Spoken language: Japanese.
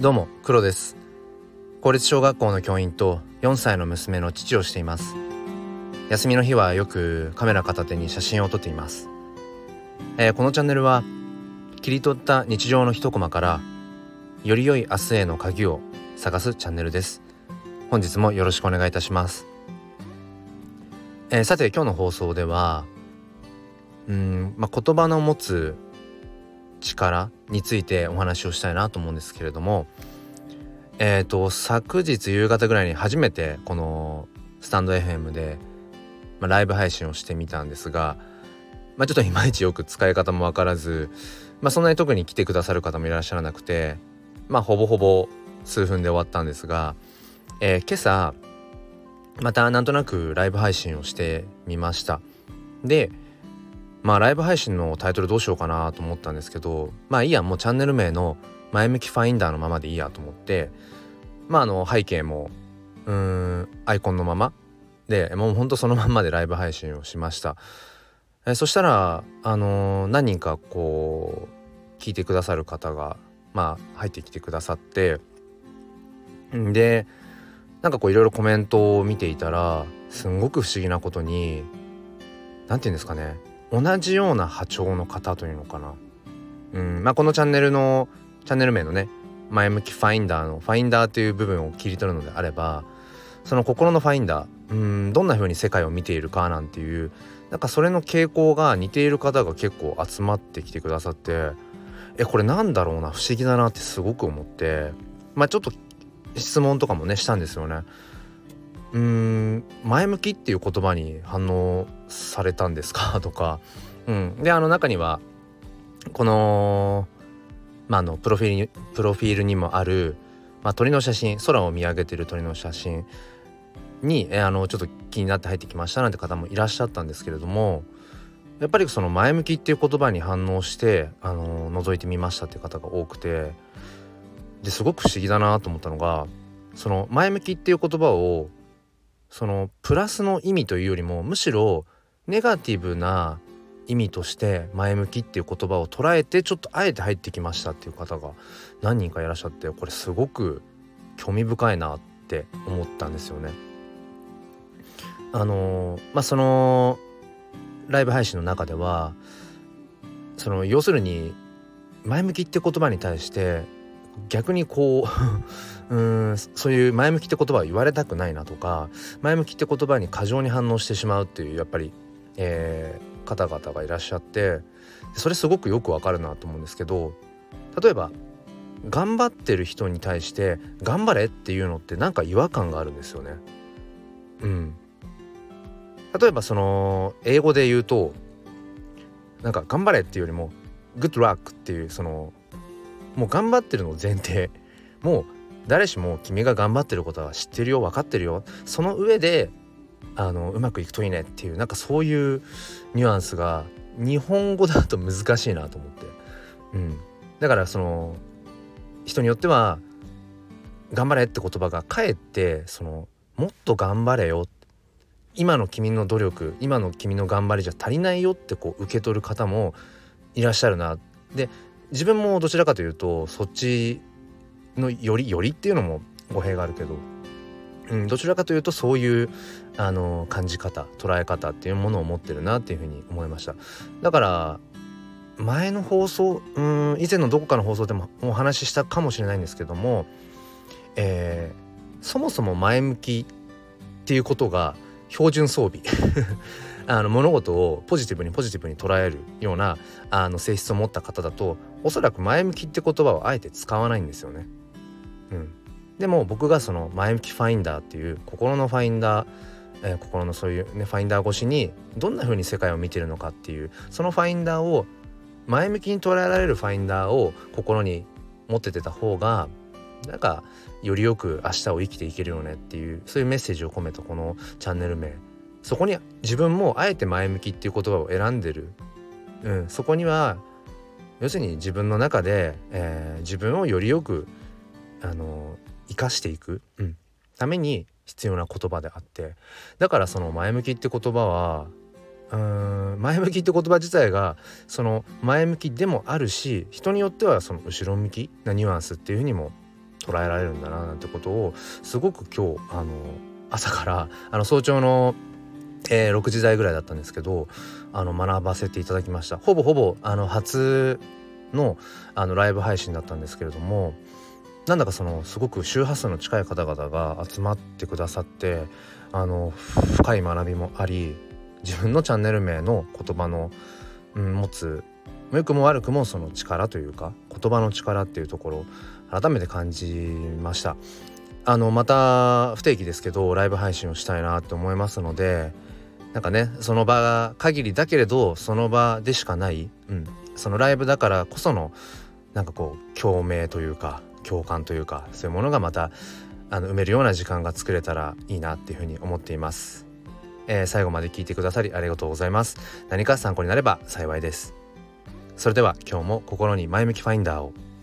どうも黒です。公立小学校の教員と4歳の娘の父をしています。休みの日はよくカメラ片手に写真を撮っています。このチャンネルは切り取った日常の一コマからより良い明日への鍵を探すチャンネルです。本日もよろしくお願いいたします。さて今日の放送では言葉の持つ力についてお話をしたいなと思うんですけれども、昨日夕方ぐらいに初めてこのスタンド FM で、ライブ配信をしてみたんですが、ちょっといまいちよく使い方もわからず、そんなに特に来てくださる方もいらっしゃらなくて、ほぼほぼ数分で終わったんですが、今朝またなんとなくライブ配信をしてみました。でライブ配信のタイトルどうしようかなと思ったんですけど、いいや、もうチャンネル名の前向きファインダーのままでいいやと思って、背景もアイコンのままで、もうほんとそのまんまでライブ配信をしました。そしたら何人かこう聞いてくださる方が入ってきてくださって、でなんかこういろいろコメントを見ていたら、すんごく不思議なことに、なんていうんですかね、同じような波長の方というのかな、このチャンネル名のね、前向きファインダーのファインダーという部分を切り取るのであれば、その心のファインダー、どんな風に世界を見ているかなんていう、なんかそれの傾向が似ている方が結構集まってきてくださって、これなんだろうな、不思議だなってすごく思って、ちょっと質問とかもねしたんですよね。前向きっていう言葉に反応されたんですかとか、で中にはこのプロフィールにもある、鳥の写真、空を見上げてる鳥の写真に、ちょっと気になって入ってきましたなんて方もいらっしゃったんですけれども、やっぱりその前向きっていう言葉に反応して覗いてみましたっていう方が多くて、ですごく不思議だなと思ったのが、その前向きっていう言葉をそのプラスの意味というよりも、むしろネガティブな意味として前向きっていう言葉を捉えて、ちょっとあえて入ってきましたっていう方が何人かいらっしゃって、これすごく興味深いなって思ったんですよね。そのライブ配信の中では、その要するに前向きって言葉に対して逆にこうそういう前向きって言葉を言われたくないなとか、前向きって言葉に過剰に反応してしまうっていうやっぱり、方々がいらっしゃって、それすごくよくわかるなと思うんですけど、例えば頑張ってる人に対して頑張れっていうのってなんか違和感があるんですよね。例えばその英語で言うと、なんか頑張れっていうよりも Good luck っていう、そのもう頑張ってるのを前提、もう誰しも君が頑張ってることは知ってるよ、分かってるよ、その上でうまくいくといいねっていう、なんかそういうニュアンスが日本語だと難しいなと思って、だからその人によっては頑張れって言葉がかえってそのもっと頑張れよ、今の君の努力、今の君の頑張りじゃ足りないよってこう受け取る方もいらっしゃるな。で自分もどちらかというとそっちのよりっていうのも語弊があるけど、どちらかというとそういう感じ方、捉え方っていうものを持ってるなっていうふうに思いました。だから前の放送、以前のどこかの放送でもお話ししたかもしれないんですけども、そもそも前向きっていうことが標準装備物事をポジティブに捉えるような性質を持った方だと、おそらく前向きって言葉をあえて使わないんですよね。でも僕がその前向きファインダーっていう心のファインダー、心のそういうねファインダー越しにどんな風に世界を見てるのかっていう、そのファインダーを前向きに捉えられるファインダーを心に持っててた方が、なんかよりよく明日を生きていけるよねっていう、そういうメッセージを込めたこのチャンネル名、そこに自分もあえて前向きっていう言葉を選んでる、そこには要するに自分の中で、自分をよりよく生かしていく、ために必要な言葉であって、だからその前向きって言葉は前向きって言葉自体がその前向きでもあるし、人によってはその後ろ向きなニュアンスっていうふうにも捉えられるんだななんてことをすごく今日朝から早朝の、6時台ぐらいだったんですけど学ばせていただきました。ほぼ初のライブ配信だったんですけれども、なんだかすごく周波数の近い方々が集まってくださって、深い学びもあり、自分のチャンネル名の言葉の、持つ良くも悪くもその力というか、言葉の力っていうところを改めて感じました。また不定期ですけどライブ配信をしたいなって思いますので、なんかね、その場限りだけれどその場でしかない、そのライブだからこそのなんかこう共鳴というか共感というか、そういうものがまた埋めるような時間が作れたらいいなっていうふうに思っています。最後まで聞いてくださりありがとうございます。何か参考になれば幸いです。それでは今日も心に前向きファインダーを。